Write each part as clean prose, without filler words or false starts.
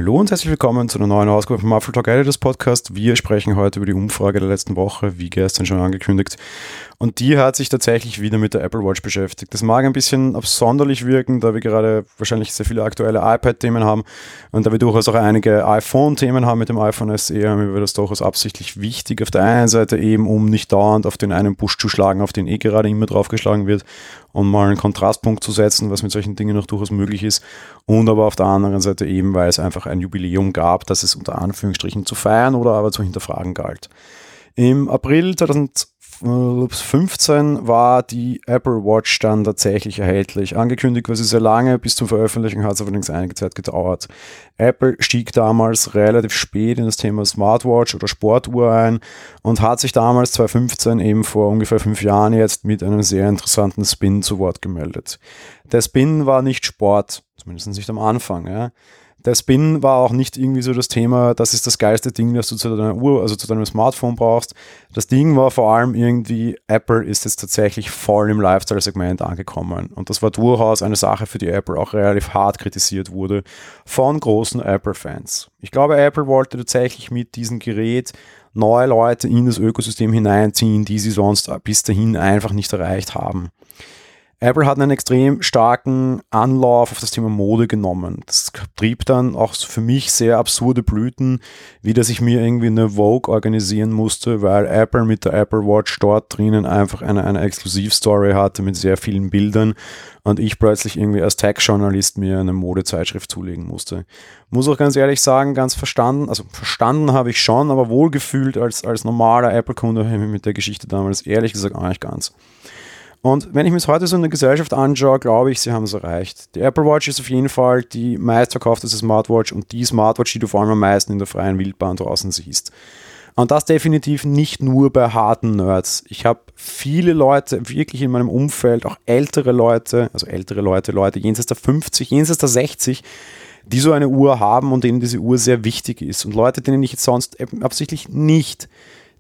Hallo und herzlich willkommen zu einer neuen Ausgabe vom Apfel Talk Editors Podcast. Wir sprechen heute über die Umfrage der letzten Woche, wie gestern schon angekündigt. Und die hat sich tatsächlich wieder mit der Apple Watch beschäftigt. Das mag ein bisschen absonderlich wirken, da wir gerade wahrscheinlich sehr viele aktuelle iPad-Themen haben und da wir durchaus auch einige iPhone-Themen haben mit dem iPhone SE, haben wir das durchaus absichtlich wichtig. Auf der einen Seite eben, um nicht dauernd auf den einen Busch zu schlagen, auf den gerade immer draufgeschlagen wird, und mal einen Kontrastpunkt zu setzen, was mit solchen Dingen noch durchaus möglich ist. Und aber auf der anderen Seite eben, weil es einfach ein Jubiläum gab, das es unter Anführungsstrichen zu feiern oder aber zu hinterfragen galt. Im April 2015 war die Apple Watch dann tatsächlich erhältlich. Angekündigt war sie sehr lange, bis zum Veröffentlichen hat es allerdings einige Zeit gedauert. Apple stieg damals relativ spät in das Thema Smartwatch oder Sportuhr ein und hat sich damals 2015 eben vor ungefähr 5 Jahren jetzt mit einem sehr interessanten Spin zu Wort gemeldet. Der Spin war nicht Sport, zumindest nicht am Anfang, ja. Der Spin war auch nicht irgendwie so das Thema, das ist das geilste Ding, das du zu deiner Uhr, also zu deinem Smartphone brauchst. Das Ding war vor allem irgendwie, Apple ist jetzt tatsächlich voll im Lifestyle-Segment angekommen. Und das war durchaus eine Sache, für die Apple auch relativ hart kritisiert wurde von großen Apple-Fans. Ich glaube, Apple wollte tatsächlich mit diesem Gerät neue Leute in das Ökosystem hineinziehen, die sie sonst bis dahin einfach nicht erreicht haben. Apple hat einen extrem starken Anlauf auf das Thema Mode genommen. Das trieb dann auch für mich sehr absurde Blüten, wie dass ich mir irgendwie eine Vogue organisieren musste, weil Apple mit der Apple Watch dort drinnen einfach eine Exklusivstory hatte mit sehr vielen Bildern und ich plötzlich irgendwie als Tech-Journalist mir eine Modezeitschrift zulegen musste. Muss auch ganz ehrlich sagen, ganz verstanden habe ich schon, aber wohlgefühlt als normaler Apple-Kunde habe ich mich mit der Geschichte damals ehrlich gesagt auch nicht ganz. Und wenn ich mir heute so eine Gesellschaft anschaue, glaube ich, sie haben es erreicht. Die Apple Watch ist auf jeden Fall die meistverkaufteste Smartwatch und die Smartwatch, die du vor allem am meisten in der freien Wildbahn draußen siehst. Und das definitiv nicht nur bei harten Nerds. Ich habe viele Leute wirklich in meinem Umfeld, auch ältere Leute jenseits der 50, jenseits der 60, die so eine Uhr haben und denen diese Uhr sehr wichtig ist. Und Leute, denen ich jetzt sonst absichtlich nicht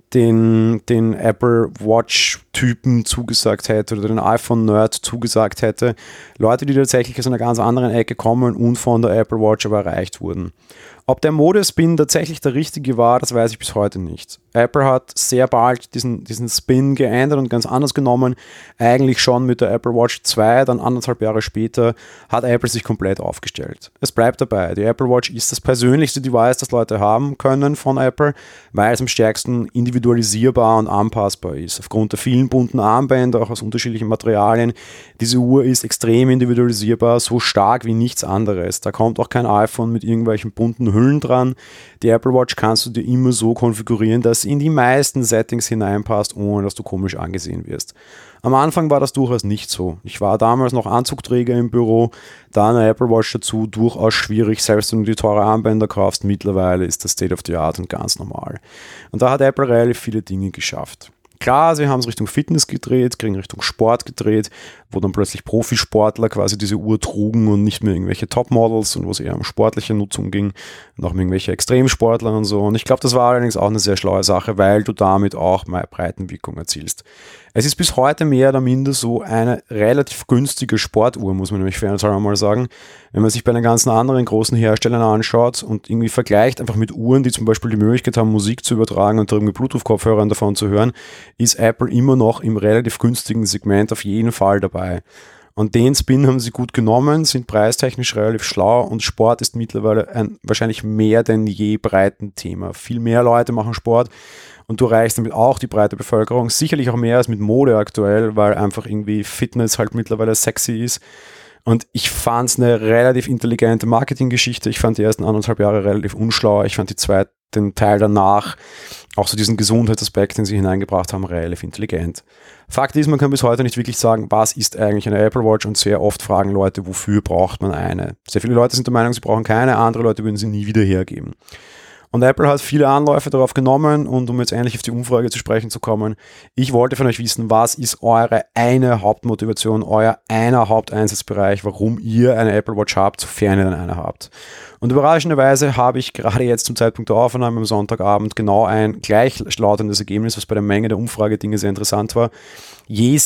den Apple Watch-Typen zugesagt hätte oder den iPhone-Nerd zugesagt hätte. Leute, die tatsächlich aus einer ganz anderen Ecke kommen und von der Apple Watch aber erreicht wurden. Ob der Modespin tatsächlich der richtige war, das weiß ich bis heute nicht. Apple hat sehr bald diesen Spin geändert und ganz anders genommen. Eigentlich schon mit der Apple Watch 2, dann 1,5 Jahre später, hat Apple sich komplett aufgestellt. Es bleibt dabei, die Apple Watch ist das persönlichste Device, das Leute haben können von Apple, weil es am stärksten individualisierbar und anpassbar ist. Aufgrund der vielen bunten Armbänder, auch aus unterschiedlichen Materialien. Diese Uhr ist extrem individualisierbar, so stark wie nichts anderes. Da kommt auch kein iPhone mit irgendwelchen bunten Hüllen dran. Die Apple Watch kannst du dir immer so konfigurieren, dass sie in die meisten Settings hineinpasst, ohne dass du komisch angesehen wirst. Am Anfang war das durchaus nicht so. Ich war damals noch Anzugträger im Büro, da eine Apple Watch dazu durchaus schwierig, selbst wenn du die teure Armbänder kaufst. Mittlerweile ist das State of the Art und ganz normal. Und da hat Apple relativ viele Dinge geschafft. Klar, sie haben es Richtung Fitness gedreht, Richtung Sport gedreht, wo dann plötzlich Profisportler quasi diese Uhr trugen und nicht mehr irgendwelche Topmodels und wo es eher um sportliche Nutzung ging und auch um irgendwelche Extremsportler und so. Und ich glaube, das war allerdings auch eine sehr schlaue Sache, weil du damit auch Breitenwirkung erzielst. Es ist bis heute mehr oder minder so eine relativ günstige Sportuhr, muss man nämlich fairerweise mal sagen. Wenn man sich bei den ganzen anderen großen Herstellern anschaut und irgendwie vergleicht einfach mit Uhren, die zum Beispiel die Möglichkeit haben, Musik zu übertragen und mit Bluetooth-Kopfhörern davon zu hören, ist Apple immer noch im relativ günstigen Segment auf jeden Fall dabei. Und den Spin haben sie gut genommen, sind preistechnisch relativ schlau und Sport ist mittlerweile ein wahrscheinlich mehr denn je breiten Thema. Viel mehr Leute machen Sport und du erreichst damit auch die breite Bevölkerung. Sicherlich auch mehr als mit Mode aktuell, weil einfach irgendwie Fitness halt mittlerweile sexy ist. Und ich fand es eine relativ intelligente Marketinggeschichte. Ich fand die ersten 1,5 Jahre relativ unschlau. Ich fand den Teil danach, auch so diesen Gesundheitsaspekt, den sie hineingebracht haben, relativ intelligent. Fakt ist, man kann bis heute nicht wirklich sagen, was ist eigentlich eine Apple Watch und sehr oft fragen Leute, wofür braucht man eine. Sehr viele Leute sind der Meinung, sie brauchen keine, andere Leute würden sie nie wieder hergeben. Und Apple hat viele Anläufe darauf genommen und um jetzt endlich auf die Umfrage zu sprechen zu kommen, ich wollte von euch wissen, was ist eure eine Hauptmotivation, euer einer Haupteinsatzbereich, warum ihr eine Apple Watch habt, sofern ihr dann eine habt. Und überraschenderweise habe ich gerade jetzt zum Zeitpunkt der Aufnahme am Sonntagabend genau ein gleichlautendes Ergebnis, was bei der Menge der Umfragedinge sehr interessant war. Je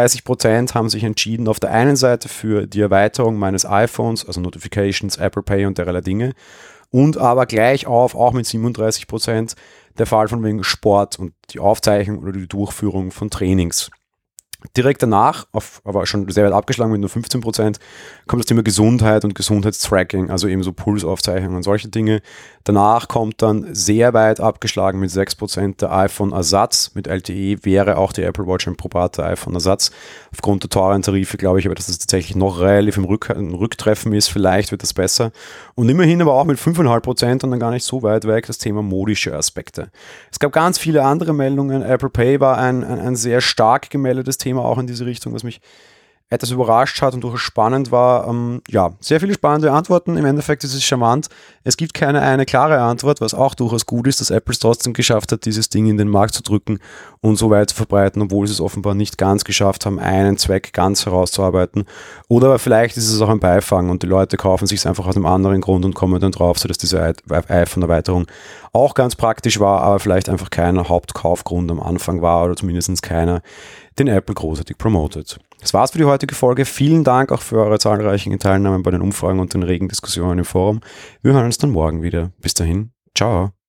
37% haben sich entschieden auf der einen Seite für die Erweiterung meines iPhones, also Notifications, Apple Pay und derlei Dinge. und aber gleich auf, auch mit 37%, der Fall von wegen Sport und die Aufzeichnung oder die Durchführung von Trainings. Direkt danach, aber schon sehr weit abgeschlagen mit nur 15%, kommt das Thema Gesundheit und Gesundheitstracking, also eben so Pulsaufzeichnungen und solche Dinge. Danach kommt dann sehr weit abgeschlagen mit 6% der iPhone-Ersatz. Mit LTE wäre auch die Apple Watch ein probater iPhone-Ersatz. Aufgrund der teuren Tarife glaube ich aber, dass das tatsächlich noch relativ im Rücktreffen ist. Vielleicht wird das besser. Und immerhin aber auch mit 5,5% und dann gar nicht so weit weg das Thema modische Aspekte. Es gab ganz viele andere Meldungen. Apple Pay war ein sehr stark gemeldetes Thema auch in diese Richtung, was mich etwas überrascht hat und durchaus spannend war. Ja, sehr viele spannende Antworten. Im Endeffekt ist es charmant. Es gibt keine eine klare Antwort, was auch durchaus gut ist, dass Apple es trotzdem geschafft hat, dieses Ding in den Markt zu drücken und so weit zu verbreiten, obwohl sie es offenbar nicht ganz geschafft haben, einen Zweck ganz herauszuarbeiten. Oder aber vielleicht ist es auch ein Beifang und die Leute kaufen sich es einfach aus einem anderen Grund und kommen dann drauf, sodass diese iPhone-Erweiterung auch ganz praktisch war, aber vielleicht einfach kein Hauptkaufgrund am Anfang war oder zumindest keiner, den Apple großartig promotet. Das war's für die heutige Folge. Vielen Dank auch für eure zahlreichen Teilnahmen bei den Umfragen und den regen Diskussionen im Forum. Wir hören uns dann morgen wieder. Bis dahin, ciao.